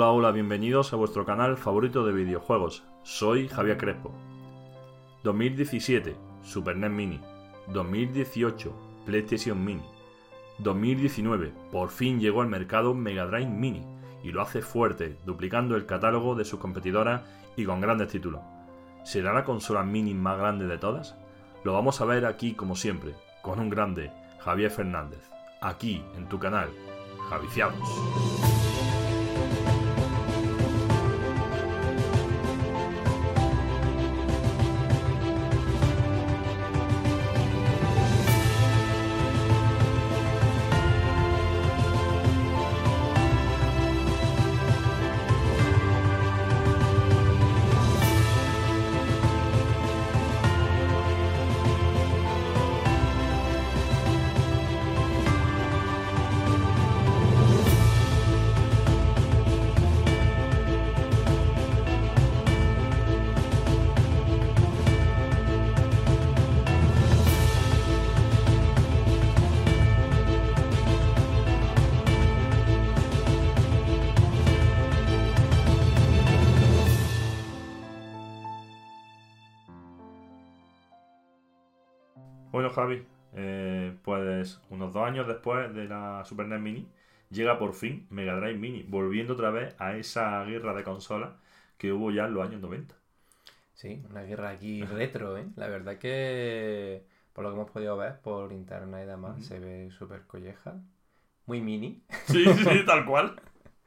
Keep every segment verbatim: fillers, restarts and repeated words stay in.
Hola, hola, bienvenidos a vuestro canal favorito de videojuegos. Soy Javier Crespo. dos mil diecisiete, Super N E S Mini. dos mil dieciocho, PlayStation Mini. dos mil diecinueve, por fin llegó al mercado Mega Drive Mini y lo hace fuerte, duplicando el catálogo de sus competidoras y con grandes títulos. ¿Será la consola mini más grande de todas? Lo vamos a ver aquí como siempre, con un grande, Javier Fernández, aquí en tu canal, Javiciados. Bueno, Javi, eh, pues unos dos años después de la Super N E S Mini, llega por fin Mega Drive Mini, volviendo otra vez a esa guerra de consolas que hubo ya en los años noventa. Sí, una guerra aquí retro, ¿eh? La verdad que, por lo que hemos podido ver por internet y demás, Ujú. se ve súper colleja, muy mini. Sí, sí, tal cual.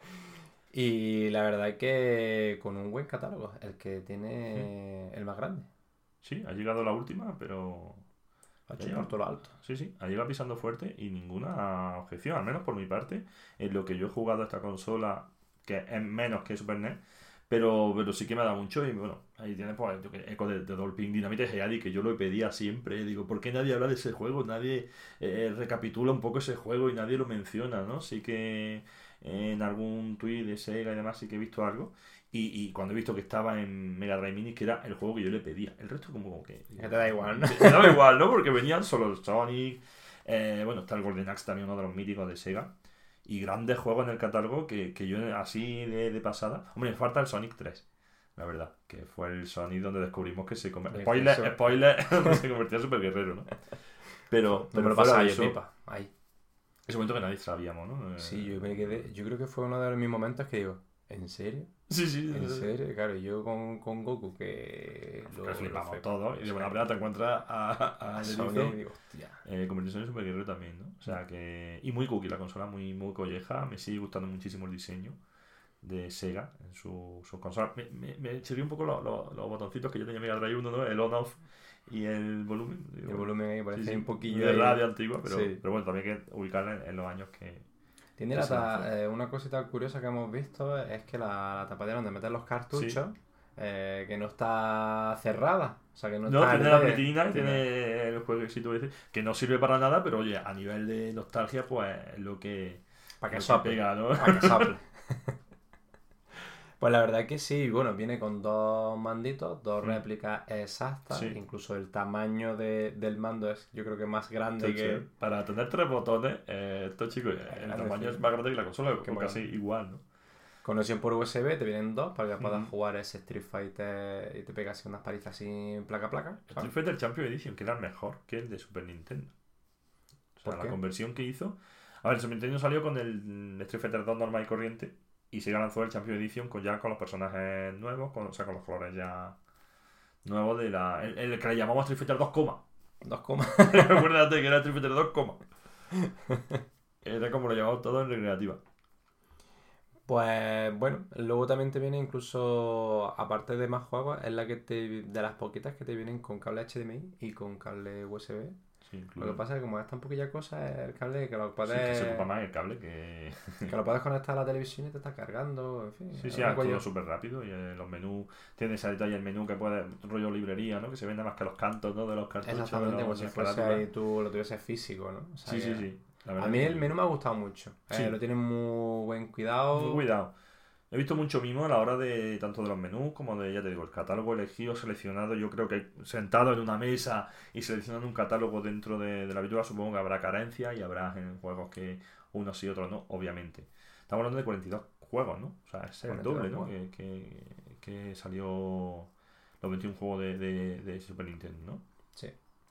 Y la verdad que con un buen catálogo, el que Sí, tiene el más grande. sí, ha llegado la última, pero Lo ha ya hecho llega. por todo lo alto. Sí, sí, ha llegado pisando fuerte y ninguna objeción, al menos por mi parte, en lo que yo he jugado a esta consola, que es menos que Super N E S, pero, pero sí que me ha dado mucho y bueno, ahí tienes pues, yo que- Echo de, de Dolphin Dynamite Heady, que yo lo pedía siempre, digo, ¿por qué nadie habla de ese juego? Nadie eh, recapitula un poco ese juego y nadie lo menciona, ¿no? Sí que en algún tuit de Sega y demás sí que he visto algo. Y, y cuando he visto que estaba en Mega Drive Mini, que era el juego que yo le pedía. El resto como que... Es que te da igual, ¿no? Me, me daba igual, ¿no? Porque venían solo el Sonic, eh, bueno, está el Golden Axe también, uno de los míticos de Sega. Y grandes juegos en el catálogo que, que yo así de, de pasada... Hombre, me falta el Sonic tres, la verdad. Que fue el Sonic donde descubrimos que se convertía... Y es que Spoiler, eso, spoiler, donde se convertía en Super Guerrero, ¿no? Pero, no me pero lo fuera pasaba de yo, eso, pipa. Ahí. ese momento que nadie sabíamos, ¿no? Sí, yo me Eh, quedé. Yo creo que fue uno de mis momentos que digo, ¿en serio? sí, sí. ¿En serio? Claro, yo con, con Goku que Que lo, lo flipamos fue. todos. Y de O buena sea, primera te encuentras a, a a Sony Erizo y digo, hostia. eh, convirtiéndose en Super Guerrero también, ¿no? O sea que... Y muy cookie la consola, muy, muy colleja. Me sigue gustando muchísimo el diseño de Sega en su, su consola. Me, me, me chirrió un poco lo- lo- los botoncitos que yo tenía en Mega Drive uno, ¿no? El on-off y el volumen. Y Digo, el bueno, volumen ahí sí, parece ahí un sí. poquillo De ahí. radio antigua, pero, Sí. pero bueno, también hay que ubicarla en, en los años que, Tiene que la se ta- lanzó. eh, una cosita curiosa que hemos visto es que la, la tapadera donde meten los Sí. cartuchos, eh, que no está cerrada. O sea, que no No, está al tiene la debe. pletina y Tiene. tiene el juego que sí tú dices, que no sirve para nada, pero oye, a nivel de nostalgia, pues es lo que, Para que lo que sople. pega, ¿no? Para que sople. Pues la verdad que sí, bueno, viene con dos manditos, dos Mm, réplicas exactas, sí. incluso el tamaño de- del mando es yo creo que más grande Entonces, que, para tener tres botones, eh, esto chicos, es el grande, tamaño sí, es más grande que la consola, que o más casi grande. igual, ¿no? Conexión por U S B, te vienen dos para que puedas Ujú. jugar ese Street Fighter y te pegas así unas palizas así placa a placa, Street ¿sabes? Fighter Champion Edition, que era mejor que el de Super Nintendo. O sea, ¿Por la qué? conversión que hizo. A ver, el Super Nintendo salió con el mm, Street Fighter dos normal y corriente. Y se lanzó el Champion Edition con, ya con los personajes nuevos, con, o sea, con los colores ya nuevos de la. El, el que le llamamos Street Fighter dos, coma. Dos comas. Acuérdate que era Street Fighter dos, coma. Era como lo llamamos todo en recreativa. Pues bueno, luego también te viene incluso, aparte de más juegos, es la que te, de las poquitas que te vienen con cable H D M I y con cable U S B. Sí, Lo que incluso. pasa es que como es tan poquilla cosa, es el cable que lo Sí, que se puedes, ocupa más el cable que. que lo puedes conectar a la televisión y te está cargando, en fin, Sí, es sí, una es todo cuello. súper rápido y eh, los menús, tiene ese detalle el menú que puede, rollo librería, ¿no? Que se vende más que los cantos, ¿no? De los cartuchos, de, Exactamente, como los, de si las fuese carátulas. ahí tú lo tuvieses físico, ¿no? O sea Sí, sí, que sí. La a verdad mí es el que menú me ha gustado mucho. sí, Eh, lo tienen muy buen muy cuidado. cuidado. He visto mucho mimo a la hora de tanto de los menús como de, ya te digo, el catálogo elegido, seleccionado. Yo creo que sentado en una mesa y seleccionando un catálogo dentro de, de la habitual, supongo que habrá carencias y habrá en juegos que unos sí, otros no, obviamente. Estamos hablando de cuarenta y dos, juegos, ¿no? O sea, es el Con doble, el ¿no? juego. Que, que, que salió los veintiún juegos de, de, de Super Nintendo, ¿no? Sí.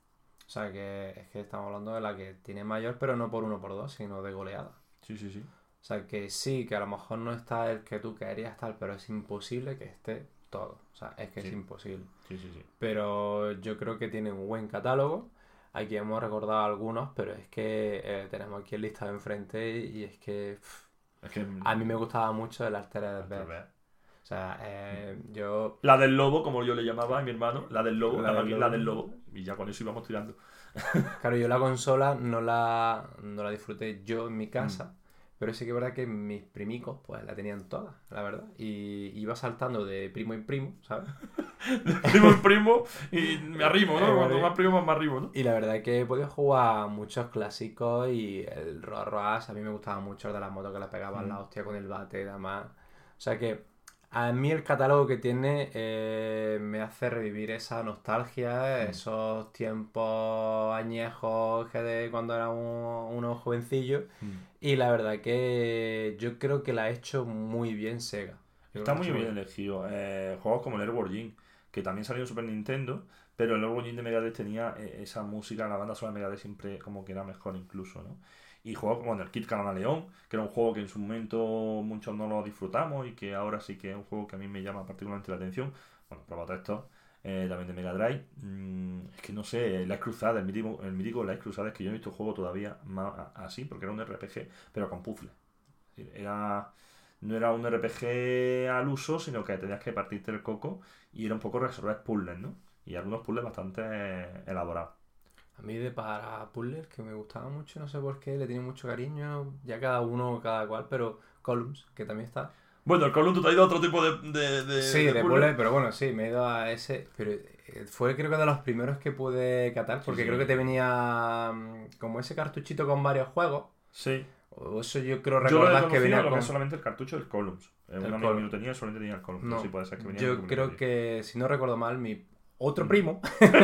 O sea, que es que estamos hablando de la que tiene mayor, pero no por uno por dos, sino de goleada. Sí, sí, sí. O sea, que sí, que a lo mejor no está el que tú querías estar, pero es imposible que esté todo. O sea, es que Sí. es imposible. Sí, sí, sí. Pero yo creo que tiene un buen catálogo. Aquí hemos recordado algunos, pero es que eh, tenemos aquí el listado enfrente y es que pff, Es que... a mí me gustaba mucho el Altered Altered Beast. Beast. O sea, eh, yo... La del lobo, como yo le llamaba a mi hermano, la del lobo, La la, del máquina- lobo. la del lobo. Y ya con eso íbamos tirando. Claro, yo la consola no la, no la disfruté yo en mi casa, Mm. pero sí que es verdad que mis primicos pues la tenían todas, la verdad. Y iba saltando de primo en primo, ¿sabes? Primo en primo y me arrimo, ¿no? Eh, Cuanto vale. más primo, más arrimo, ¿no? Y la verdad es que he podido jugar muchos clásicos y el Road Rush a mí me gustaba mucho el de las motos que le pegaban Mm. la hostia con el bate y demás. O sea que a mí el catálogo que tiene eh, me hace revivir esa nostalgia, Mm. esos tiempos añejos que de cuando era un, uno jovencillo. Mm. Y la verdad que yo creo que la ha hecho muy bien Sega. Yo creo Está que la ha muy hecho bien elegido. Eh, juegos como el Airborne Jim, que también salió en Super Nintendo, pero el Airborne Jim de Megadeth tenía eh, esa música, la banda sonora de Megadeth siempre como que era mejor incluso, ¿no? Y juegos como bueno, el Kid León, que era un juego que en su momento muchos no lo disfrutamos y que ahora sí que es un juego que a mí me llama particularmente la atención. Bueno, probado esto, eh, también de Mega Drive. Mm, es que no sé, Light Crusade, el mítico, el mítico Light Crusade, es que yo no he visto un juego todavía más así, porque era un R P G, pero con puzzles. Es decir, era... No era un R P G al uso, sino que tenías que partirte el coco y era un poco resolver puzzles, ¿no? Y algunos puzzles bastante elaborados. A mí de para puzzles que me gustaba mucho, no sé por qué, le tenía mucho cariño, ya cada uno, cada cual, pero Columns, que también está. Bueno, el Column te ha ido a otro tipo de, de, de, Sí, de de puzzle. puzzles, pero bueno, sí, me he ido a ese, pero eh, fue creo que de los primeros que pude catar, porque Sí, creo sí. que te venía mm, como ese cartuchito con varios juegos, Sí. o eso yo creo Yo lo he recordar que conocido venía lo que con... es solamente el cartucho del Columns. Eh, El un amigo Column. mío lo tenía, solamente tenía el Columns. No, pero sí puede ser que venía yo en el creo recopilatorio. que, si no recuerdo mal, mi otro Mm. primo,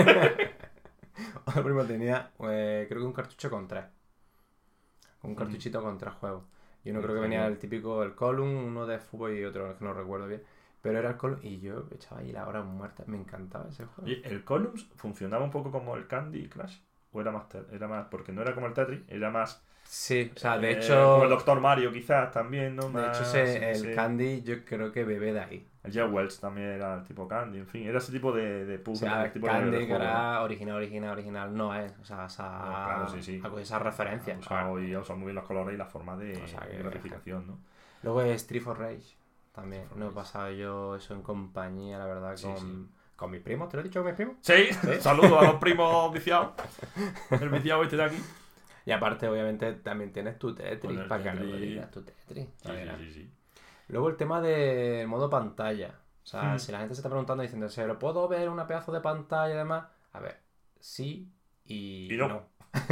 otro primo tenía, eh, creo que un cartucho con tres. Un Mm. cartuchito con tres juegos. Y uno Sí, creo que está venía bien. el típico, el Column, uno de fútbol y otro que no recuerdo bien. Pero era el Column y yo echaba ahí la hora muerta. Me encantaba ese juego. Oye, ¿el Columns funcionaba un poco como el Candy Crush? ¿O era más, te- era más porque no era como el Tetris, era más... Sí, o sea, de eh, hecho, como el Doctor Mario quizás también, ¿no? de Más, hecho ese- sí, el sí. Candy yo creo que bebe de ahí. El Jet Wells también era el tipo Candy, en fin, era ese tipo de, de O puzzle, sea, ese tipo de- Candy de que juego, ¿no? era original, original, original, no es. O sea, esa, No, claro, sí, sí. ha cogido esa referencia. Ha usado, y ha usado muy bien los colores y la forma de, O sea, que- de graficación, ¿no? Luego es Street for Rage. También. Street for No he Rage. pasado yo eso en compañía, la verdad, Sí, con, sí. con mis primos. ¿Te lo he dicho con mis primos? Sí, saludos a los primos viciados. El viciado este de aquí. Y aparte, obviamente, también tienes tu Tetris. Con el Para que no Tetris. lo digas, tu Tetris. Sí, A ver, sí, sí, sí. Luego el tema del modo pantalla. O sea, Hmm. si la gente se está preguntando diciendo, ¿se lo puedo ver una pedazo de pantalla y demás? A ver, sí y, Y no.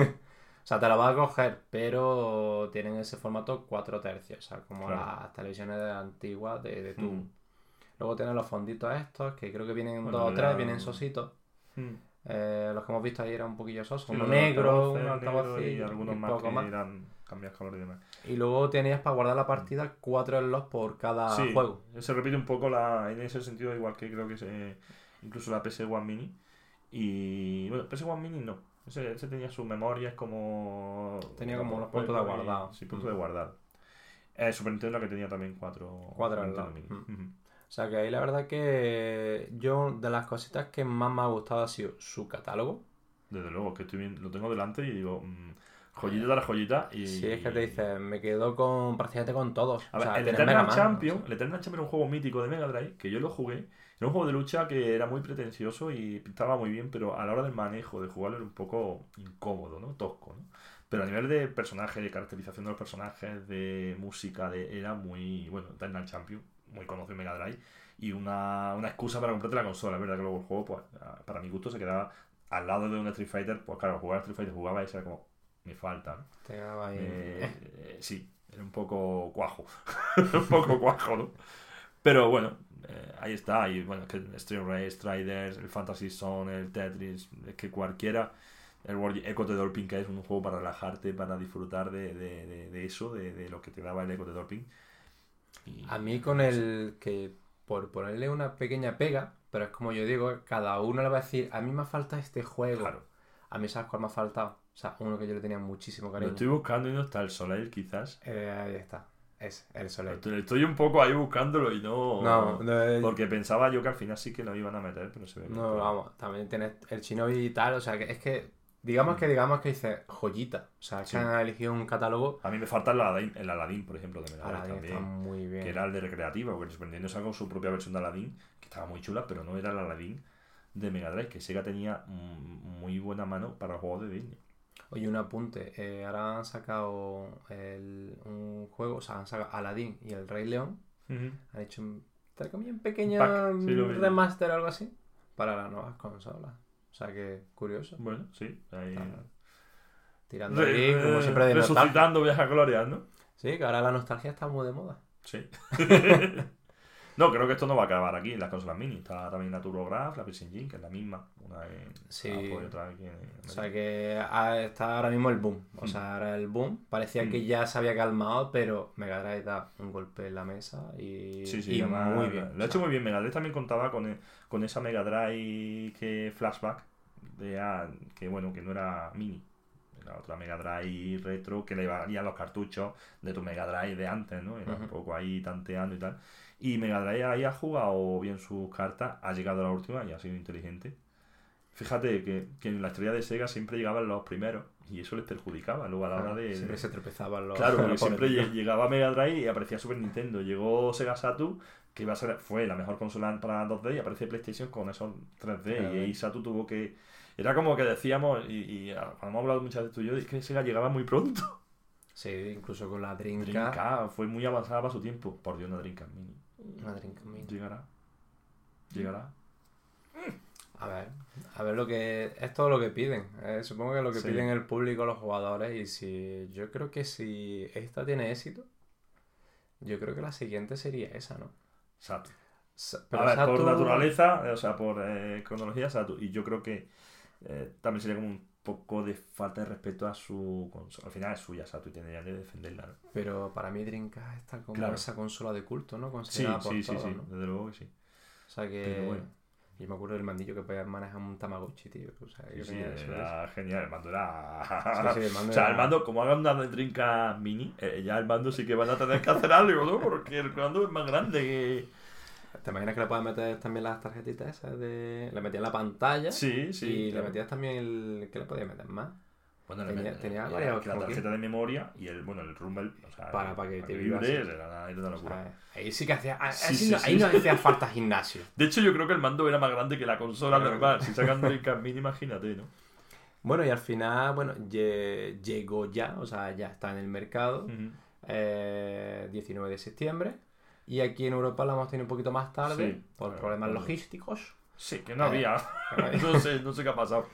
O sea, te lo vas a coger, pero tienen ese formato cuatro tercios, o sea, como Claro. las televisiones antiguas de, de tubo. Mm. Luego tienen los fonditos estos, que creo que vienen Bueno, dos o le tres, dan- vienen sositos. Mm. Eh, los que hemos visto ahí eran un poquillo sosos, Sí, uno los de negro, altavoces, uno negro altavocillo y algunos y más poco que más. eran cambiar color y demás. Y luego tenías para guardar la partida cuatro slots por cada Sí, juego. se repite un poco la, en ese sentido, igual que creo que se, incluso la P S uno Mini. Y bueno, P S uno Mini no. Ese, ese tenía sus memorias como. Tenía como unos puntos de guardado. Sí, puntos Mm. de guardar. Eh, Super Nintendo que tenía también cuatro. Cuatro Super al Nintendo lado. Mini. Mm. Ujú. O sea que ahí la verdad que yo de las cositas que más me ha gustado ha sido su catálogo. Desde luego, que estoy bien, lo tengo delante y digo, mm, joyita tras joyita. Y... Si es que te dices, me quedo con prácticamente con todos. A O ver, sea, el tienes Eternal Mega Man, Champion, o sea. el Eternal Champion era un juego mítico de Mega Drive, que yo lo jugué. Era un juego de lucha que era muy pretencioso y pintaba muy bien, pero a la hora del manejo, de jugarlo, era un poco incómodo, ¿no? Tosco, ¿no? Pero a nivel de personaje, de caracterización de los personajes, de música, de, era muy... Bueno, Eternal Champion, muy conocido en Mega Drive, y una, una excusa para comprarte la consola. Es verdad que luego el juego, pues, para mi gusto, se quedaba al lado de un Street Fighter. Pues claro, jugar a Street Fighter jugaba y era como, me falta, ¿no? Te quedaba ahí. Eh, eh, sí, era un poco cuajo. un poco cuajo, ¿no? Pero bueno, eh, ahí está. Y bueno, que el Street Race, Striders, el Fantasy Zone, el Tetris, es que cualquiera. El World Echo de Dolphin, que es un juego para relajarte, para disfrutar de, de, de, de eso, de, de lo que te daba el Echo de Dolphin. Y A mí con el que, por ponerle una pequeña pega, pero es como yo digo, cada uno le va a decir, a mí me falta este juego. Claro. A mí, ¿sabes cuál me ha faltado? O sea, uno que yo le tenía muchísimo Lo cariño. estoy buscando y no está el Soleil, quizás. Eh, ahí está. Es el Soleil. Estoy, estoy un poco ahí buscándolo y no... No, no, eh, Porque pensaba yo que al final sí que lo iban a meter, pero se ve que... no, vamos, también tienes el Shinobi y tal, o sea, que es que, digamos que digamos que dice joyita, o sea, es Sí. que han elegido un catálogo. A mí me falta el Aladdin, el Aladdin, por ejemplo, de Mega Drive Aladdin también. está muy bien. Que era el de recreativa, porque el Super Nintendo sacó su propia versión de Aladdin, que estaba muy chula, pero no era el Aladdin de Mega Drive, que Sega tenía mm, muy buena mano para juegos de Disney. Oye, un apunte, eh, ahora han sacado el- un juego, o sea, han sacado Aladdin y el Rey León, han hecho un, entre comillas, un pequeño Pack, sí, lo vi. remaster o algo así, para las nuevas consolas. O sea que, curioso. Bueno, sí, ahí... Ah, tirando Re- ahí, como re- siempre, de nostalgia. resucitando viejas glorias, ¿no? Sí, que ahora la nostalgia está muy de moda. Sí. No, creo que esto no va a acabar aquí en las consolas mini. Está también la TurboGrafx, la P S Engine, que es la misma. Una en Sí. Japón y otra aquí en O sea que ah, está ahora mismo el boom. O sea, ahora el boom. Parecía que ya se había calmado, pero Mega Drive da un golpe en la mesa y, Sí, sí, y además, muy bien. Lo O ha sea, hecho muy bien. Mega Drive también contaba con, e- con esa Mega Drive que flashback, de, ah, que bueno, que no era mini. Era otra Mega Drive retro que le valían los cartuchos de tu Mega Drive de antes, ¿no? Era Ujú. un poco ahí tanteando y tal. Y Mega Drive ahí ha jugado bien sus cartas, ha llegado a la última y ha sido inteligente. Fíjate que, que en la historia de Sega siempre llegaban los primeros y eso les perjudicaba luego a la hora de... siempre se tropezaban los. Claro, porque los siempre pobres lle- llegaba Mega Drive y aparecía Super Nintendo. Llegó Sega Saturn, que iba a ser, fue la mejor consola para dos D, y aparece PlayStation con esos tres D. Claro. Y ahí Saturn tuvo que... Era como que decíamos, y, y ah, cuando hemos hablado muchas veces tú y yo, es que Sega llegaba muy pronto. Sí, incluso con la Dreamcast. Dreamcast fue muy avanzada para su tiempo. Por Dios, una Dreamcast Mini. Una Dreamcast Mini. Llegará. Llegará. A ver, a ver lo que... Es todo lo que piden. Eh, supongo que lo que Sí. piden el público, los jugadores, y si... Yo creo que si esta tiene éxito, yo creo que la siguiente sería esa, ¿no? Saturn. Sa- A ver, por Saturn- naturaleza, o sea, por eh, cronología, Saturn. Y yo creo que eh, también sería como un poco de falta de respeto a su consola. Al final es suya, Saturn, y tendría que defenderla, ¿no? Pero para mí Dreamcast está como Claro. esa consola de culto, ¿no? Sí, Considerada por sí, sí, todos, sí, ¿no? desde luego que sí. O sea que... Pero bueno. Yo me acuerdo del mandillo que podías manejar un Tamagotchi, tío. O sea, yo Sí, sí, tenía eso de era genial, el mando era... eso. Sí, sí, el mando O sea, era- el mando, como hagan una de Dreamcast Mini, eh, ya el mando sí que van a tener que hacer algo, ¿no? Porque el mando es más grande que... ¿Te imaginas que le puedes meter también las tarjetitas esas de... Le metías la pantalla Sí, sí. y claro. le metías también el... ¿Qué le podías meter más? Bueno, tenía- le- tenía le- varios que la como tarjeta de memoria y el, bueno, el rumble, o sea, Para- para que te vibre, vibrases. era una, era una O locura. sea, ahí sí que hacía... ahí Sí, sí sí, no, sí. ahí no hacía falta gimnasio. De hecho, yo creo que el mando era más grande que la consola Claro. normal. Si sacan Dreamcast Mini, imagínate, ¿no? Bueno, y al final, bueno, lle- llegó ya, o sea, ya está en el mercado. Ujú. eh, diecinueve de septiembre. Y aquí en Europa la hemos tenido un poquito más tarde, Sí, por claro, problemas claro. logísticos. Sí, que no Eh, había. no sé, no sé qué ha pasado.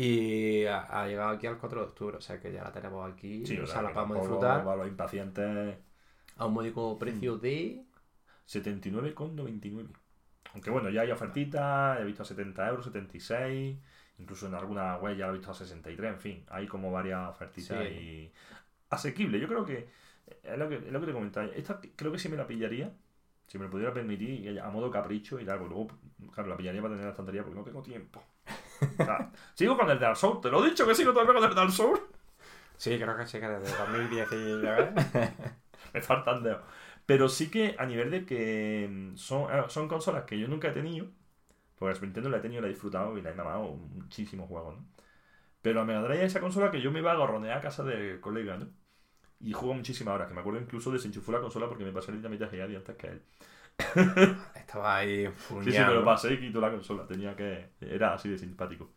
Y ha, ha llegado aquí al cuatro de octubre, o sea que ya la tenemos aquí. Sí, o o sea, sea, la que podemos tampoco disfrutar para los impacientes a un módico precio de... setenta y nueve con noventa y nueve. Aunque bueno, ya hay ofertitas, he visto a setenta euros, setenta y seis, incluso en alguna web ya lo he visto a sesenta y tres, en fin, hay como varias ofertitas Sí. y asequible. Yo creo que es lo que, es lo que te comentaba. Esta creo que sí me la pillaría, si me lo pudiera permitir, y a modo capricho y tal, porque luego, claro, la pillaría para tener la estantería porque no tengo tiempo. O sea, sigo con el Dark Souls, te lo he dicho que sigo todavía con el Dark Souls. Sí, creo que sí que desde dos mil diecinueve. Me faltan dedos. Pero sí que a nivel de que mm, son, eh, son consolas que yo nunca he tenido, porque la Super Nintendo la he tenido, la he disfrutado y la he mamado muchísimos juegos, ¿no? Pero a Mega Drive es esa consola que yo me iba a gorronear a casa de colega, ¿no? Y juego muchísimas horas, que me acuerdo incluso desenchufó la consola porque me pasé el Dinamite Head antes que él. Estaba ahí Sí, sí, fuñado. me lo pasé y quitó la consola, tenía que... Era así de simpático.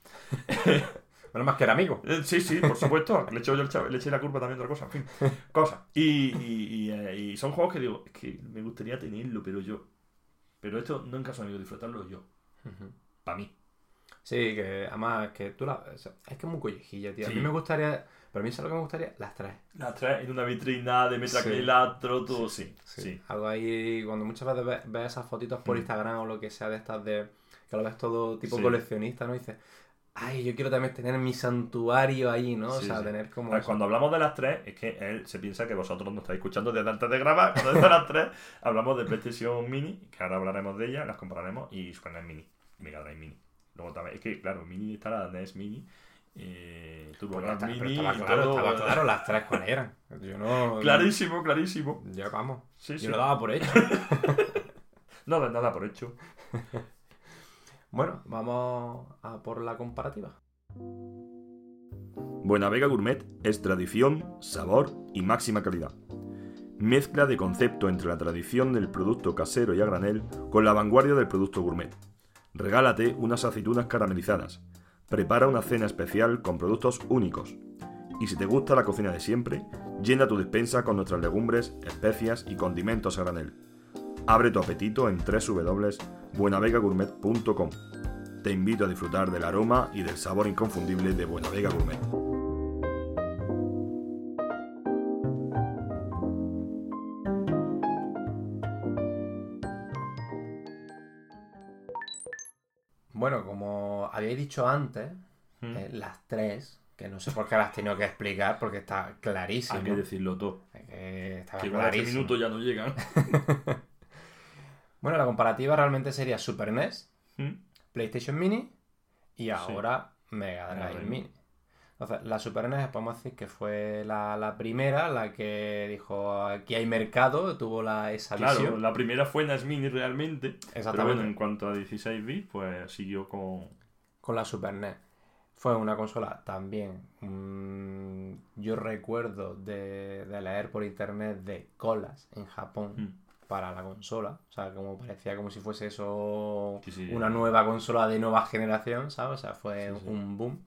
Menos más que era amigo. Eh, Sí, sí, por supuesto. Le eché yo el chavo- le eché la culpa también de otra cosa, en fin. Cosas. Y, y, y, eh, y son juegos que digo, es que me gustaría tenerlo, pero yo. Pero esto no en caso amigo, disfrutarlo yo. Ujú. Para mí. Sí, que además que tú la... o sea, es que es muy collejilla, tío. A Sí. mí me gustaría... Pero a mí, ¿sabes lo que me gustaría? Las tres. Las tres en una vitrina de Sí. metacrilato, todo, sí. Sí. Sí. Algo ahí, cuando muchas veces ves, ves esas fotitos por Mm. Instagram o lo que sea de estas de... Que lo ves todo tipo Sí. coleccionista, ¿no? Y dices, Ay, yo quiero también tener mi santuario ahí, ¿no? Sí, o sea, sí. tener como... A ver, cuando hablamos de las tres, es que él se piensa que vosotros no estáis escuchando desde antes de grabar. Cuando dice las tres, hablamos de PlayStation Mini, que ahora hablaremos de ella, las compararemos, y Super NES Mini, y Mega Drive Mini. Luego también, es que, claro, Mini está la NES Mini, eh, Turbo Pues ya Gas está, pero Mini, estaba y claro, todo. estaba claro las tres cuáles eran. Yo no... Clarísimo, clarísimo. Ya vamos. Sí, Yo sí. lo daba por hecho. Nada, nada por hecho. Bueno, vamos a por la comparativa. Buenavega Gourmet es tradición, sabor y máxima calidad. Mezcla de concepto entre la tradición del producto casero y a granel con la vanguardia del producto gourmet. Regálate unas aceitunas caramelizadas. Prepara una cena especial con productos únicos. Y si te gusta la cocina de siempre, llena tu despensa con nuestras legumbres, especias y condimentos a granel. Abre tu apetito en doble u doble u doble u punto buenavega gourmet punto com. Te invito a disfrutar del aroma y del sabor inconfundible de Buenavega Gourmet. Bueno, como habéis dicho antes, ¿Mm? eh, las tres, que no sé por qué las he tenido que explicar, porque está clarísimo. Hay que decirlo todo. Es que estaba Que igual a este clarísimo. minuto ya no llegan. Bueno, la comparativa realmente sería Super N E S, ¿Mm? PlayStation Mini y ahora Mega Drive Mega Drive. Mini. Entonces, la Super N E S podemos decir que fue la, la primera, la que dijo aquí hay mercado, tuvo la, esa Claro, visión. la primera fue N E S Mini realmente. Pero Exactamente. bueno, en cuanto a dieciséis bits, pues siguió con... Con la Super N E S. Fue una consola también. mmm, yo recuerdo de, de leer por internet de colas en Japón Mm. para la consola. O sea, como parecía como si fuese eso Sí, sí. una nueva consola de nueva generación, ¿sabes? O sea, fue Sí, sí. un boom.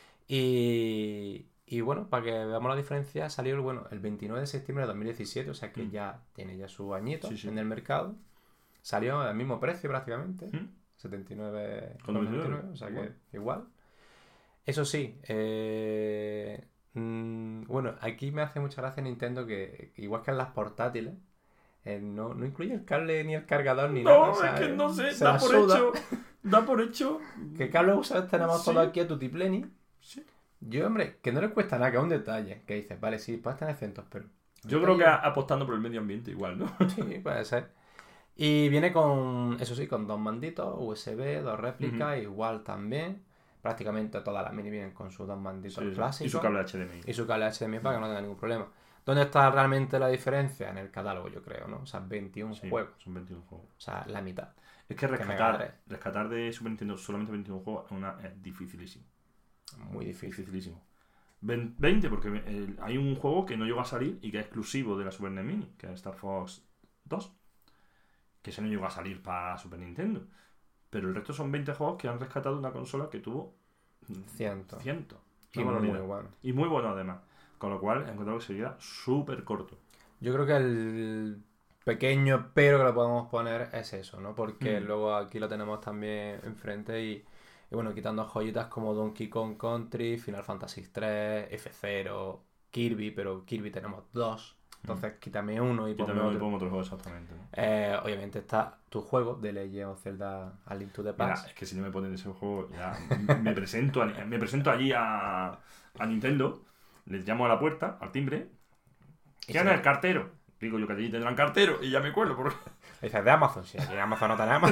Y, y bueno, para que veamos la diferencia, salió bueno, el veintinueve de septiembre de dos mil diecisiete, o sea que Mm. ya tiene ya su añito Sí, sí. en el mercado. Salió al mismo precio prácticamente. ¿Mm? setenta y nueve Con noventa y nueve, noventa y nueve, o sea igual. que igual. Eso sí, eh, mm, bueno, aquí me hace mucha gracia Nintendo que, igual que en las portátiles, eh, no, no incluye el cable ni el cargador ni nada. No, o sea, es que no sé, se da la por suda. hecho. Da por hecho. ¿Qué cable usas? Tenemos Sí. todo aquí a tutipleni. Sí. Yo, hombre, que no le cuesta nada, que es un detalle. Que dices, vale, sí, puedes tener centos, pero... Yo creo que apostando por el medio ambiente igual, ¿no? Sí, puede ser. Y viene con, eso sí, con dos manditos, U S B, dos réplicas, igual también. Prácticamente todas las mini vienen con sus dos manditos Sí, sí. clásicos. Y su cable H D M I. Y su cable H D M I para que no tenga ningún problema. ¿Dónde está realmente la diferencia? En el catálogo, yo creo, ¿no? O sea, veintiún Sí, juegos. son veintiún juegos. O sea, la mitad. Es que Mega Drive. rescatar, rescatar de Super Nintendo solamente veintiún juegos es, una, es dificilísimo. Muy difícil. Dificilísimo. veinte, porque eh, hay un juego que no llegó a salir y que es exclusivo de la Super N E S Mini, que es Star Fox dos. Que ese no llegó a salir para Super Nintendo. Pero el resto son veinte juegos que han rescatado una consola que tuvo Ciento. ciento. Y Una muy barbaridad. bueno. Y muy bueno además. Con lo cual he encontrado que sería súper corto. Yo creo que el pequeño pero que le podemos poner es eso, ¿no? Porque Mm. luego aquí lo tenemos también enfrente y, y bueno, quitando joyitas como Donkey Kong Country, Final Fantasy tres, F cero, Kirby, pero Kirby tenemos dos. Entonces quítame uno y Y ponme también me otro. pongo otro juego exactamente, ¿no? Eh, obviamente está tu juego de Legend of Zelda A Link to the Mira, Past. es que si no me ponen ese juego, ya me presento, a- me presento allí a, a Nintendo, les llamo a la puerta, al timbre. Y ¿Quién se- es el cartero? Digo yo que allí tendrán cartero y ya me cuelo. Porque... Dices, de Amazon, sí, aquí en Amazon no tenemos.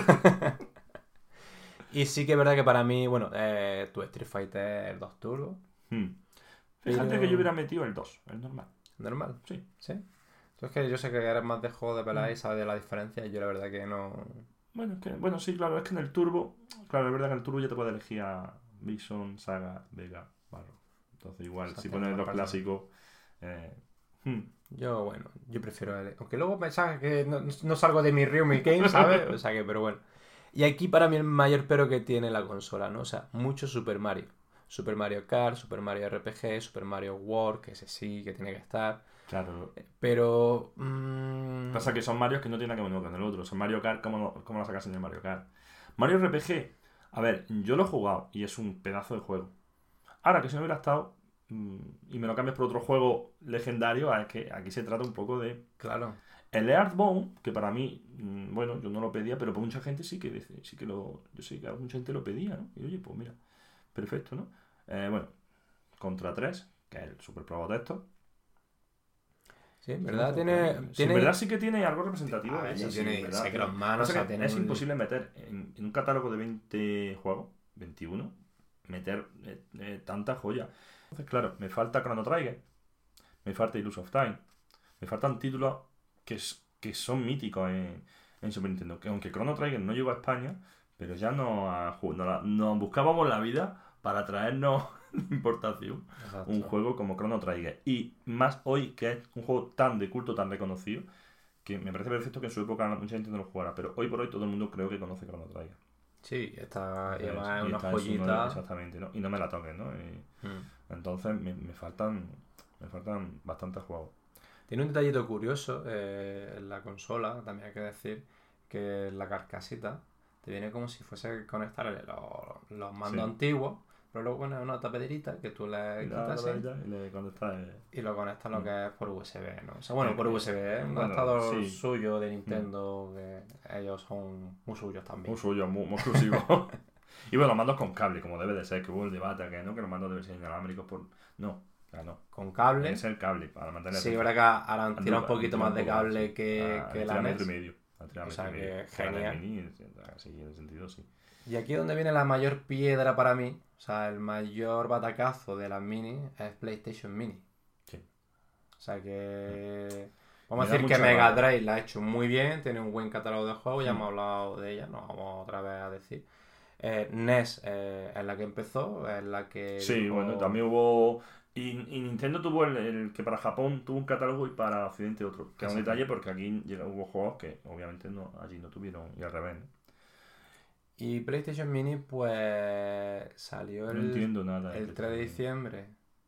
Y sí que es verdad que para mí, bueno, eh, tu Street Fighter dos Turbo, Hmm. Fíjate Pero- que yo hubiera metido el dos, el normal. normal. Sí. ¿Sí? Tú es que yo sé que eres más de juego de pelea Mm. y sabes de la diferencia y yo la verdad que no... Bueno, es que, bueno, sí, claro, es que en el Turbo, claro, es verdad que en el Turbo ya te puedes elegir a Bison, Saga, Vega, Barro. Entonces igual, O sea, si tienes pones más los personas. clásicos... Eh, hmm. Yo, bueno, yo prefiero el... Aunque luego pensaba que no, no salgo de mi Ryu, mi Game, ¿sabes? O sea que, pero bueno. Y aquí para mí el mayor pero que tiene la consola, ¿no? O sea, mucho Super Mario. Super Mario Kart, Super Mario R P G, Super Mario World, que ese sí, que tiene que estar. Claro. Pero... mm, Pasa que son Marios que no tienen que ver uno con el otro. Son Mario Kart, ¿cómo, no- cómo lo sacas en el Mario Kart? Mario R P G, a ver, yo lo he jugado y es un pedazo de juego. Ahora que si no hubiera estado mm, y me lo cambias por otro juego legendario, es que aquí se trata un poco de... Claro. El Earthbound, que para mí, mm, bueno, yo no lo pedía, pero por mucha gente sí que dice, sí que lo, yo sé que mucha gente lo pedía, ¿no? Y oye, pues mira, perfecto, ¿no? Eh, bueno, Contra tres, que es el super pro de esto. Sí, en verdad tiene... Sí, tiene... en verdad sí que tiene algo representativo. A ver, sí, sí, tiene en verdad. Secret of Mana, Pasa o sea, que tiene es un- imposible meter en, en un catálogo de veinte juegos, veintiuno, meter eh, eh, tanta joya. Entonces, claro, me falta Chrono Trigger, me falta Illusion of Time, me faltan títulos que, es- que son míticos en, en Super Nintendo. Que aunque Chrono Trigger no llegó a España, pero ya nos, ha ju- nos, la- nos buscábamos la vida para traernos de importación Exacto. un juego como Chrono Trigger. Y más hoy, que es un juego tan de culto, tan reconocido, que me parece perfecto que en su época mucha gente no lo jugara. Pero hoy por hoy todo el mundo creo que conoce Chrono Trigger. Sí, está... Y Entonces, además es y una está en su joyita. nueve- exactamente, ¿no? Y no me la toques, ¿no? Y Mm. entonces me, me faltan me faltan bastantes juegos. Tiene un detallito curioso eh, en la consola, también hay que decir, que la carcasita te viene como si fuese conectarle los, los mandos Sí. antiguos, pero luego pones una tapederita que tú le Y la- quitas la- así la- y le- cuando está eh, y lo conectas lo Mm. que es por U S B, ¿no? O sea, bueno, Eh, por eh, U S B, es un bueno, adaptador sí. suyo de Nintendo, que ellos son muy suyos también. muy suyo, muy, muy exclusivo. Y bueno, los mandos con cable, como debe de ser, que hubo el debate, que no, que los mandos deben ser inalámbricos por... No, ya no. Con cable. Debe ser cable para mantener Sí, es verdad que ahora han Han tirado un tirado- poquito han más de tirado un poco, cable sí. que, Ah, que han la tirado N E metro y S. medio. Han tirado O metro sea y medio. que La genial. Mini, así, en ese sentido, sí. Y aquí es donde viene la mayor piedra para mí, o sea, el mayor batacazo de las mini es PlayStation Mini. Sí. O sea que... Vamos Me a da decir que mucha Mega rabia. drive la ha hecho muy bien, tiene un buen catálogo de juegos, ya Mm. hemos hablado de ella, no vamos otra vez a decir. Eh, N E S eh, es la que empezó, es la que... Sí, dijo- bueno, también hubo... Y, y Nintendo tuvo el, el que para Japón tuvo un catálogo y para Occidente otro. Que es un Exacto. detalle porque aquí llega- hubo juegos que obviamente no, allí no tuvieron y al revés, ¿no? Y PlayStation Mini pues salió No el, entiendo nada. el tres de diciembre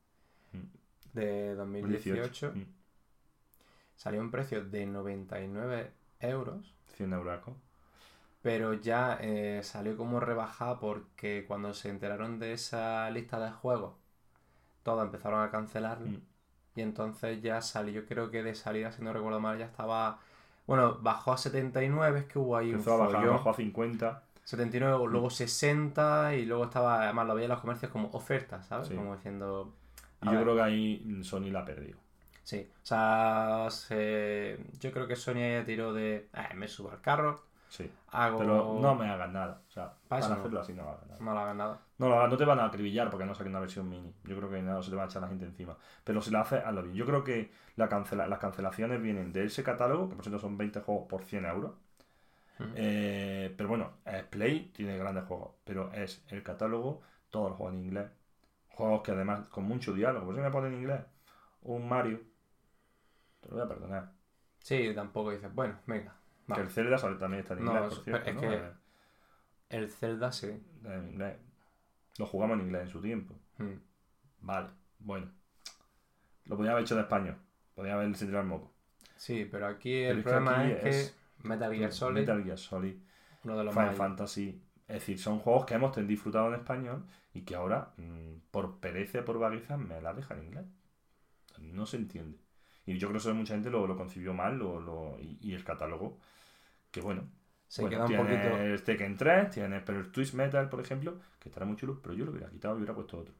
de dos mil dieciocho. Mm. Salió a un precio de noventa y nueve euros, cien euracos. pero ya eh, salió como rebajada porque cuando se enteraron de esa lista de juegos, todos empezaron a cancelarlo. Mm. Y entonces ya salió, yo creo que de salida, si no recuerdo mal, ya estaba... Bueno, bajó a setenta y nueve, es que hubo ahí Empezó un a bajar, follón. bajó a cincuenta. setenta y nueve, luego sesenta y luego estaba, además lo veía en los comercios como ofertas, ¿sabes? Sí. Como diciendo... Y a yo ver. creo que ahí Sony la perdió. Sí, o sea, se- yo creo que Sony ya tiró de... "Eh, me subo al carro, Sí. hago... Pero no me hagas nada. O sea, Pa' eso para no. hacerlo así no me hagas nada. No le hagan nada. No, lo hagas, no te van a acribillar porque no saquen una versión mini. Yo creo que no se te va a echar la gente encima. Pero si la haces, hazlo bien. Yo creo que la cancela, las cancelaciones vienen de ese catálogo, que por cierto son veinte juegos por cien euros. Ujú. Eh, pero bueno, es Play, tiene grandes juegos. Pero es el catálogo, todos los juegos en inglés. Juegos que además con mucho diálogo. Por si me ponen en inglés un Mario, te lo voy a perdonar. Sí, tampoco dices, bueno, venga, va. Que el Zelda sale- también está en No, inglés, es- por cierto. es ¿no? que- Eh, El Zelda sí. en inglés. Lo jugamos en inglés en su tiempo. Mm. Vale, bueno. Lo podía haber hecho en español. Podía haber tirado el moco. Sí, pero aquí Pero el es que problema aquí es que es- Metal Gear Solid, Metal Gear Solid, uno de los Final más... Fantasy. Es decir, son juegos que hemos ten- disfrutado en español y que ahora, mm, por pereza, por vagueza, me la dejan en inglés. No se entiende. Y yo creo que eso mucha gente lo, lo concibió mal lo, lo- y, y el catálogo, que bueno. Se bueno, queda un tiene poquito... el Tekken tres, tiene, pero el Twist Metal, por ejemplo, que estará muy chulo, pero yo lo hubiera quitado y hubiera puesto otro.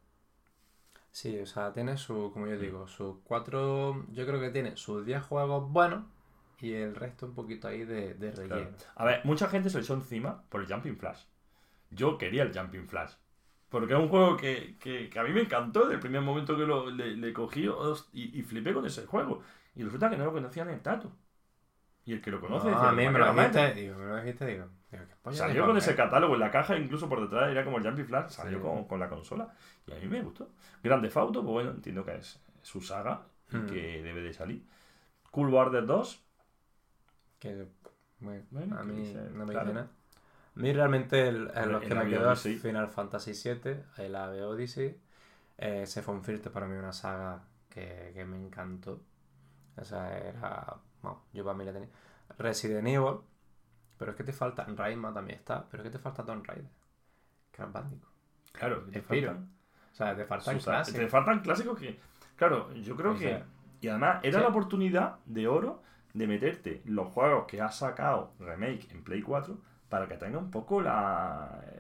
Sí, o sea, tiene su, como Mm. yo digo, sus cuatro... Yo creo que tiene sus diez juegos buenos y el resto un poquito ahí de, de relleno. Claro. A ver, mucha gente se le echó encima por el Jumping Flash. Yo quería el Jumping Flash. Porque es un juego que, que, que a mí me encantó desde el primer momento que lo, le, le cogí os- y, y flipé con ese juego. Y resulta que no lo conocía ni el Tato. Y el que lo conoce No, decía, a mí me lo "Realmente". dijiste, digo, me lo dijiste, digo, digo, ¿qué polla de Salió con papel? ese catálogo en la caja, incluso por detrás era como el Jumping Flash, salió Sí. con, con la consola. Y a mí me gustó. Grande Auto, pues bueno, entiendo que es su saga y Hmm. que debe de salir. Cool Border dos, Que, bueno, Bueno, a que mí dice, no me claro. dice nada. A mí realmente el, en El- los que el me Ave quedó es Odyssey. Final Fantasy siete, el Ave Odyssey. Eh, ese fue un filtro para mí, una saga que, que me encantó. O sea, era... Bueno, yo para mí la tenía. Resident Evil. Pero es que te falta... Rayman también está. Pero es que te falta Tomb Raider. Crash Bandicoot. claro, que te Spyro. faltan- O sea, te faltan O sea, clásicos. te faltan clásicos que. Claro, yo creo O que. sea, Y además, era sí. la oportunidad de oro de meterte los juegos que has sacado remake en Play cuatro para que tenga un poco la.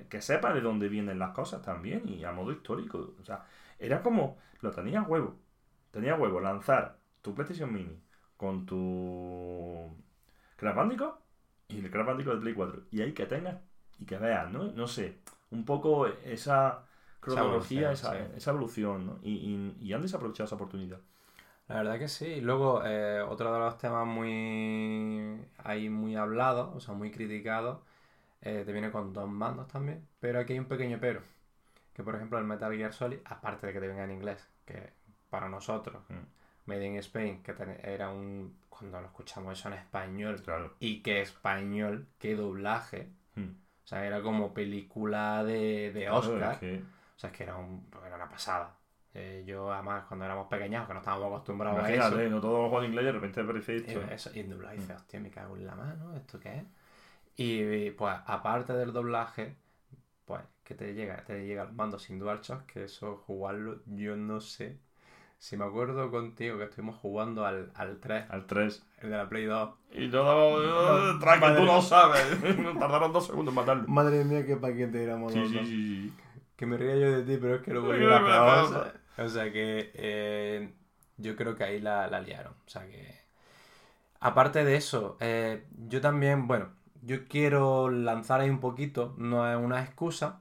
que sepa de dónde vienen las cosas también y a modo histórico. O sea, era como, lo tenía huevo. Tenía huevo lanzar tu PlayStation Mini con tu Crash Bandicoot y el Crash Bandicoot de Play cuatro. Y ahí que tengas y que veas, ¿no? No sé, un poco esa cronología, esa, evolución, sí. esa evolución, ¿no? Y, y, y han desaprovechado esa oportunidad. La verdad que sí. Luego, eh, otro de los temas muy ahí muy hablados, o sea, muy criticados, eh, te viene con dos mandos también. Pero aquí hay un pequeño pero. Que por ejemplo el Metal Gear Solid, aparte de que te venga en inglés, que para nosotros, Mm. Made in Spain, que ten- era un... Cuando lo escuchamos eso en español, Claro. y que español, que doblaje. Mm. O sea, era como película de, de Claro, Oscar. es que... O sea, es que era, un, era una pasada. Eh, yo, además, cuando éramos pequeños, que no estábamos acostumbrados a Imagínate, eso. no todos los juegos de inglés de repente aparece esto. Y, eso, y en doblaje dices, hostia, me cago en la mano, ¿esto qué es? Y pues, aparte del doblaje, pues, que te llega, te llega el mando sin DualShock, que eso jugarlo, yo no sé. Si me acuerdo contigo que estuvimos jugando al, al tres, Al tres. el de la Play dos. Y yo daba... No, Track, madre- tú no sabes. Tardaron dos segundos en matarlo. Madre mía, qué paquete éramos Sí, los sí, dos. sí, sí. Que me ría yo de ti, pero es que luego Sí, yo era me peor, pasa. ¿sabes? O sea que eh, yo creo que ahí la, la liaron. O sea que... Aparte de eso, eh, yo también, bueno, yo quiero lanzar ahí un poquito, no es una excusa,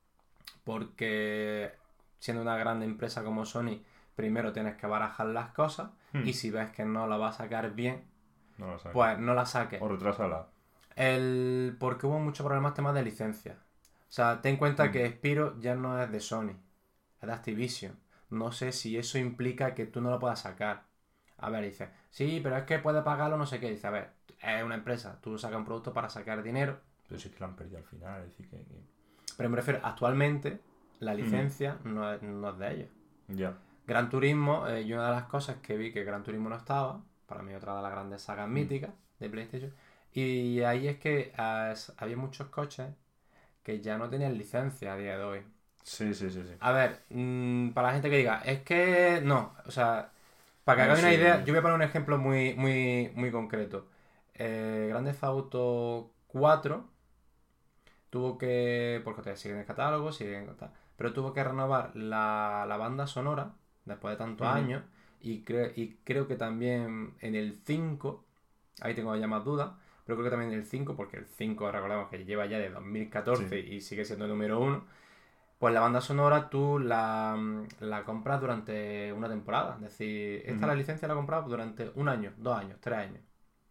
porque siendo una grande empresa como Sony, primero tienes que barajar las cosas Hmm. y si ves que no la va a sacar bien, No lo sabes. pues no la saques. O retrasala. El... Porque hubo muchos problemas temas de licencia. O sea, ten en cuenta Mm. que Spyro ya no es de Sony, es de Activision. No sé si eso implica que tú no lo puedas sacar. A ver, dice, sí, pero es que puedes pagarlo, no sé qué. Dice, a ver, es una empresa, tú sacas un producto para sacar dinero. Pero sí que la han perdido al final. Es decir, que... que- Pero me refiero, actualmente la licencia no, es, no es de ellos. Ya. Gran Turismo, eh, y una de las cosas que vi que Gran Turismo no estaba, para mí otra de las grandes sagas míticas de PlayStation, y ahí es que eh, había muchos coches que ya no tenían licencia a día de hoy. Sí, sí, sí, sí. A ver, mmm, para la gente que diga, es que no, o sea, para que Ah, hagáis una sí. idea, yo voy a poner un ejemplo muy, muy, muy concreto. Eh, Grand Theft Auto cuatro tuvo que, porque te siguen en el catálogo, siguen tal, pero tuvo que renovar la, la banda sonora después de tantos Ujú. años y, cre- y creo que también en el cinco, ahí tengo ya más dudas, pero creo que también en el cinco, porque el cinco recordamos que lleva ya de dos mil catorce y sigue siendo el número uno, pues la banda sonora tú la, la compras durante una temporada. Es decir, esta Ujú. la licencia la compras durante un año, dos años, tres años.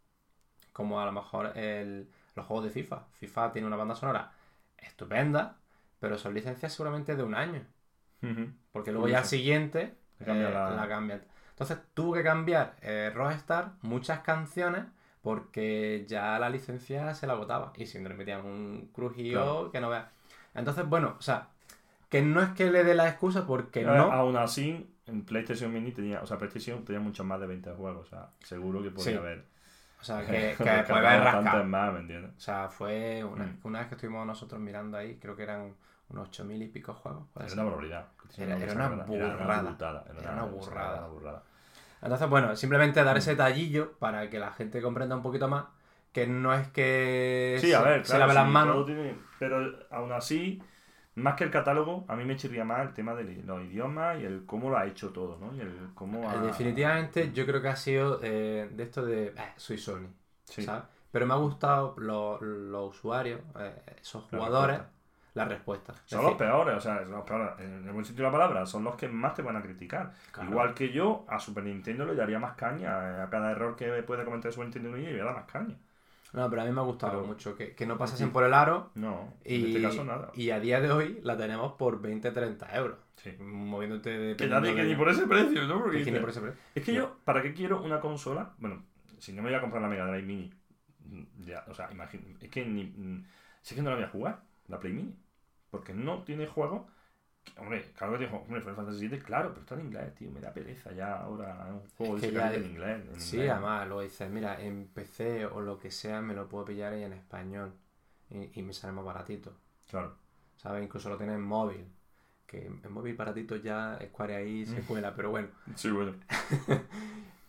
Como a lo mejor el, los juegos de FIFA. FIFA tiene una banda sonora estupenda, pero son licencias seguramente de un año. Ujú. Porque luego ya al Curioso. siguiente Le cambia eh, la- la cambian. Entonces tuvo que cambiar eh, Rockstar muchas canciones porque ya la licencia se la agotaba. Y siempre le metían un crujido Claro. que no veas. Entonces, bueno, o sea, que no es que le dé la excusa porque Eh, no. Aún así, en PlayStation Mini tenía, o sea, PlayStation tenía muchos más de veinte juegos, o sea, seguro que podía Sí. haber. O sea, que, que descargado puede haber bastantes rascado. más, ¿me entiendes? O sea, fue una, Mm. una vez que estuvimos nosotros mirando ahí, creo que eran unos ocho mil y pico juegos. puede Era ser. una barbaridad. Era- era una burrada. Era una burrada. Era una burrada. Entonces, bueno, simplemente dar Mm. ese tallillo para que la gente comprenda un poquito más que no es que Sí, a se, ver, se claro, lave las sí, manos. todo tiene- pero aún así, más que el catálogo, a mí me chirría más el tema de los idiomas y el cómo lo ha hecho todo, ¿no? Y el cómo Eh, ha... Definitivamente, yo creo que ha sido eh, de esto de eh, soy Sony, Sí, ¿sabes? Pero me ha gustado los, los usuarios, eh, esos la jugadores, respuesta. la respuesta. Es Son los decir, peores, o sea, son los peores, en el buen sentido de la palabra, son los que más te van a criticar. claro. Igual que yo, a Super Nintendo le daría más caña. eh, A cada error que puede cometer Super Nintendo le voy a dar más caña. No, pero a mí me ha gustado Pero- mucho que, que no pasasen por el aro No, en y, este caso nada. y a día de hoy la tenemos por veinte treinta euros. Sí. Moviéndote de... Que nadie que ni por ese precio, ¿no? Porque que ni dices, por ese precio. es que yo, ¿para qué quiero una consola? Bueno, si no me voy a comprar la Mega Drive Mini, mm, ya, o sea, imagino, es que ni, mm, si es que no la voy a jugar, la Play Mini, porque no tiene juego. que- Hombre, claro que tiene juego, hombre, Final Fantasy siete, claro, pero está en inglés, tío, me da pereza ya ahora un juego Es de que ese ya- calibre en inglés. en Sí, inglés. además, luego dices, mira, en P C o lo que sea me lo puedo pillar ahí en español y, y me sale más baratito, Claro. ¿sabes? Incluso lo tienes en móvil, que en móvil baratito ya Square ahí se Mm. cuela, pero bueno. Sí, bueno.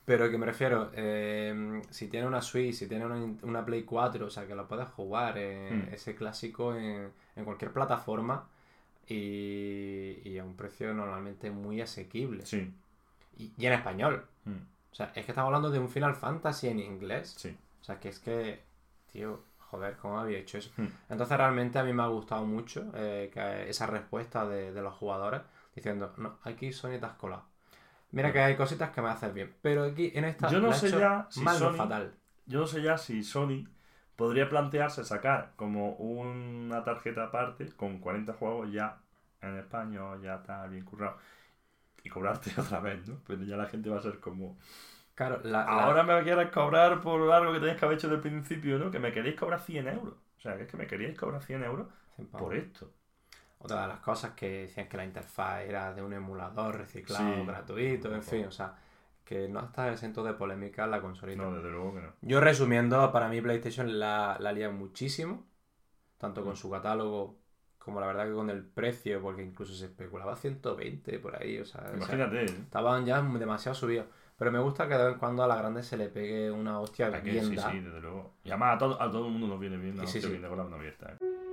Pero que me refiero, eh, si tiene una Switch, si tiene una, una Play cuatro, o sea, que lo puedes jugar, eh, Mm. ese clásico en, en cualquier plataforma y, y a un precio normalmente muy asequible. Sí. Y, y en español. Mm. O sea, es que estamos hablando de un Final Fantasy en inglés. Sí. O sea, que es que, tío, joder, ¿cómo había hecho eso? Mm. Entonces realmente a mí me ha gustado mucho eh, que esa respuesta de, de los jugadores diciendo, no, aquí Sony te has colado. Mira Mm. que hay cositas que me hacen bien, pero aquí en esta Yo no la he sé hecho ya si mal, no Sony- fatal. Yo no sé ya si Sony podría plantearse sacar como una tarjeta aparte con cuarenta juegos ya en español, ya está bien currado. Y cobrarte otra vez, ¿no? Pero ya la gente va a ser como... Claro, la, la- Ahora me quieres cobrar por algo que tenéis que haber hecho desde el principio, ¿no? Que me queréis cobrar cien euros. O sea, que es que me queríais cobrar cien euros por esto. Otra de las cosas que decían que la interfaz era de un emulador reciclado Sí, gratuito, en por fin, favor. o sea, que no está exento de polémica la consolita. No, desde luego que no. Yo resumiendo, para mí PlayStation la, la lía muchísimo, tanto con Mm. su catálogo como la verdad que con el precio, porque incluso se especulaba ciento veinte por ahí, o sea, o sea, Imagínate, ¿eh? estaban ya demasiado subidos. Pero me gusta que de vez en cuando a la grande se le pegue una hostia ¿A qué? bien Sí, dada. sí, desde luego. Y además a todo, a todo el mundo nos viene bien, Y una sí, hostia sí. bien de con la mano abierta, ¿eh?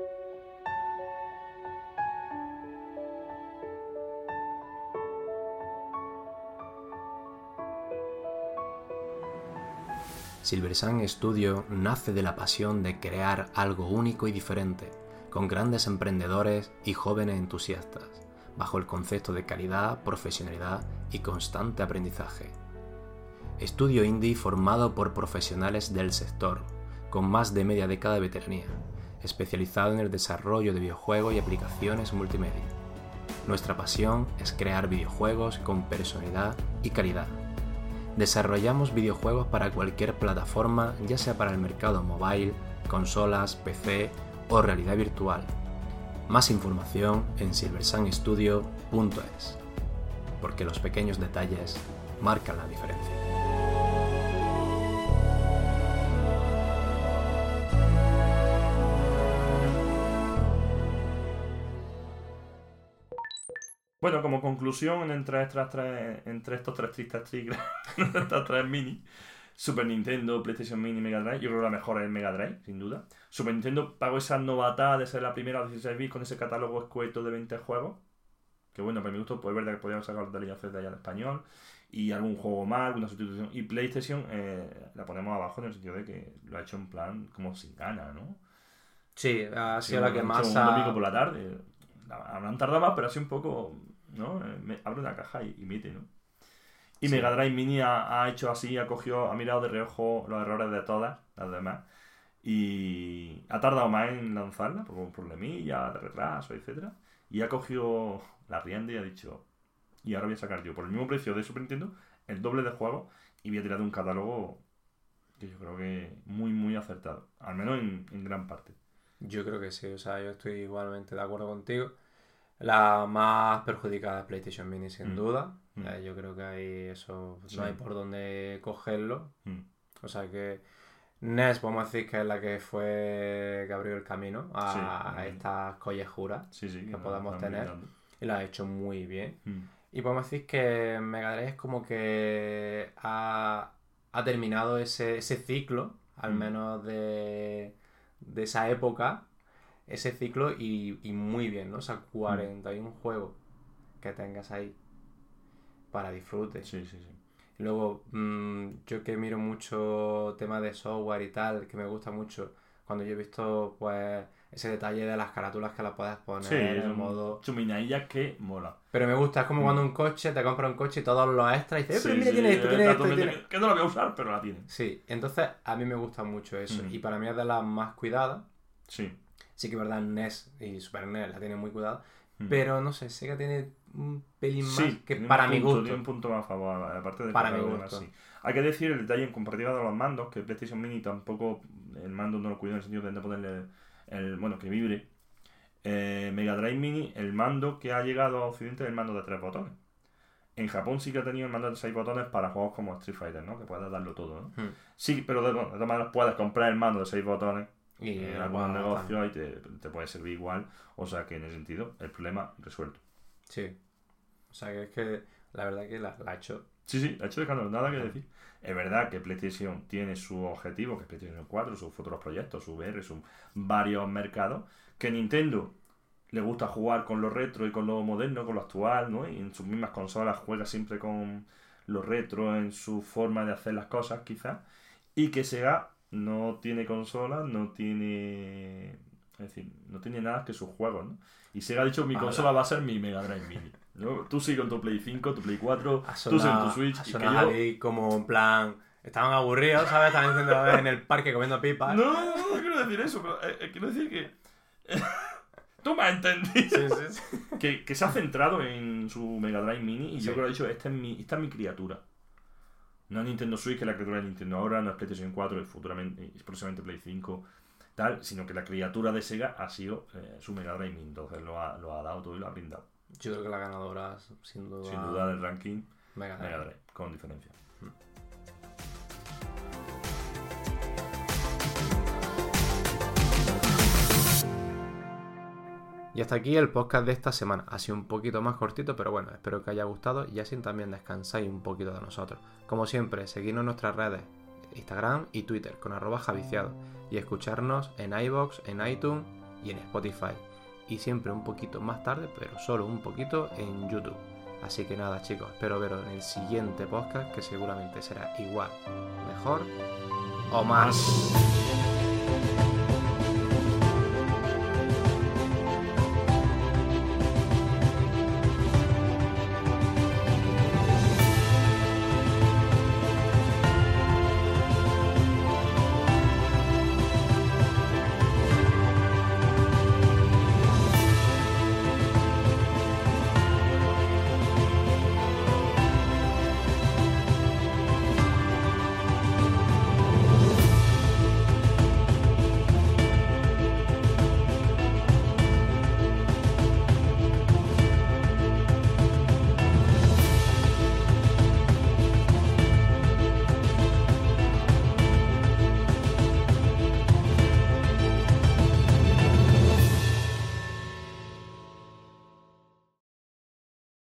Silver Sun Studio nace de la pasión de crear algo único y diferente, con grandes emprendedores y jóvenes entusiastas, bajo el concepto de calidad, profesionalidad y constante aprendizaje. Estudio indie formado por profesionales del sector, con más de media década de veteranía, especializado en el desarrollo de videojuegos y aplicaciones multimedia. Nuestra pasión es crear videojuegos con personalidad y calidad. Desarrollamos videojuegos para cualquier plataforma, ya sea para el mercado mobile, consolas, P C o realidad virtual. Más información en silver sun studio punto es, porque los pequeños detalles marcan la diferencia. Bueno, como conclusión entre, estas tres, entre estos tres tristes tigres, estas tres mini, Super Nintendo, PlayStation Mini y Mega Drive, yo creo que la mejor es el Mega Drive, sin duda. Super Nintendo pagó esa novatada de ser la primera dieciséis bits con ese catálogo escueto de veinte juegos. Que bueno, para mi gusto, pues es verdad que podíamos sacar de la de allá en español. Y algún juego más, alguna sustitución. Y PlayStation eh, la ponemos abajo en el sentido de que lo ha hecho en plan como sin ganas, ¿no? Sí, ha Sí, sido la lo que han más hecho un domingo ha... por la tarde. Habrán tardado más, pero así un poco, ¿no? Eh, me- abre una caja y, y mete, ¿no? Y Sí. Mega Drive Mini ha, ha hecho así, ha cogido, ha mirado de reojo los errores de todas las demás. Y ha tardado más en lanzarla, por un problemilla, de retraso, etcétera. Y ha cogido la rienda y ha dicho, y ahora voy a sacar yo por el mismo precio de Super Nintendo el doble de juegos y voy a tirar de un catálogo que yo creo que muy, muy acertado. Al menos en, en gran parte. Yo creo que sí, o sea, yo estoy igualmente de acuerdo contigo. La más perjudicada es PlayStation Mini, sin Mm. duda. Mm. Eh, yo creo que ahí eso Sí. no hay por dónde cogerlo. Mm. O sea que N E S, podemos decir que es la que fue que abrió el camino a, Sí, a muy bien. estas collejuras Sí, sí, que nos podamos están tener. brindando. Y la ha hecho muy bien. Mm. Y podemos decir que Mega Drive es como que ha, ha terminado ese, ese ciclo, al Mm. menos de, de esa época, ese ciclo y, y muy bien, ¿no? O sea, cuarenta y uno juegos que tengas ahí para disfrute. Sí, sí, sí. Y luego, mm, yo que miro mucho tema de software y tal, que me gusta mucho, cuando yo he visto, pues, ese detalle de las carátulas que las puedes poner Sí, en el son modo... chuminadillas que mola. Pero me gusta, es como Mm. cuando un coche, te compra un coche y todos los extras y dices, Sí, eh, pero mira, sí, tiene esto, tiene esto, exactamente, tiene... que, que no la voy a usar, pero la tiene. Sí, entonces a mí me gusta mucho eso. Mm. Y para mí es de las más cuidadas. Sí. Sí que es verdad, N E S y Super N E S la tienen muy cuidada. Mm. Pero no sé, Sega tiene un pelín más Sí, que tiene para un mi punto, gusto. tiene un punto más a favor, aparte de Para que mi lo demás, gusto. sí. Hay que decir el detalle en comparativa de los mandos, que el PlayStation Mini tampoco, el mando no lo cuida en el sentido de no ponerle el, el- bueno, que vibre. Eh, Mega Drive Mini, el mando que ha llegado a Occidente es el mando de tres botones. En Japón sí que ha tenido el mando de seis botones para juegos como Street Fighter, ¿no? Que puedes darlo todo, ¿no? Hmm. Sí, pero de, bueno, de todas maneras puedes comprar el mando de seis botones Y en lo algunos puedo negocios y te, te puede servir igual. O sea que en ese sentido, el problema resuelto. Sí. O sea que es que la verdad que la, la ha hecho Sí, sí, ha hecho dejando nada que decir. Es verdad que PlayStation tiene su objetivo, que es PlayStation cuatro, sus futuros proyectos, su V R, sus varios mercados, que Nintendo le gusta jugar con lo retro y con lo moderno, con lo actual, ¿no? Y en sus mismas consolas juega siempre con lo retro en su forma de hacer las cosas, quizás. Y que Sega no tiene consolas, no tiene... Es decir, no tiene nada que sus juegos, ¿no? Y Sega ha dicho, mi consola va a ser mi Mega Drive Mini, ¿no? Tú sigue con tu Play cinco, tu Play cuatro, tú sigue con tu Switch. Ha Y que sonado yo... ahí como en plan... Estaban aburridos, ¿sabes? Estaban diciendo en el parque comiendo pipas. No, no, no, no quiero decir eso, pero eh, eh, quiero decir que... Tú me has entendido. Sí, sí, sí. Que, que se ha centrado en su Mega Drive Mini y Sí. yo creo que ha dicho, esta es mi, esta es mi criatura. No Nintendo Switch, que es la criatura de Nintendo ahora, no es PlayStation cuatro, y futuramente, y próximamente Play cinco, tal, sino que la criatura de Sega ha sido eh, su Mega Drive Mini, entonces lo ha, lo ha dado todo y lo ha brindado. Yo creo que la ganadora, sin duda... Sin duda del ranking, Mega Drive. Mega Drive, con diferencia. Y hasta aquí el podcast de esta semana. Ha sido un poquito más cortito, pero bueno, espero que haya gustado y así también descansáis un poquito de nosotros. Como siempre, seguidnos en nuestras redes, Instagram y Twitter, con arroba javiciado, y escucharnos en iVoox, en iTunes y en Spotify. Y siempre un poquito más tarde, pero solo un poquito, en YouTube. Así que nada, chicos, espero veros en el siguiente podcast, que seguramente será igual, mejor o más.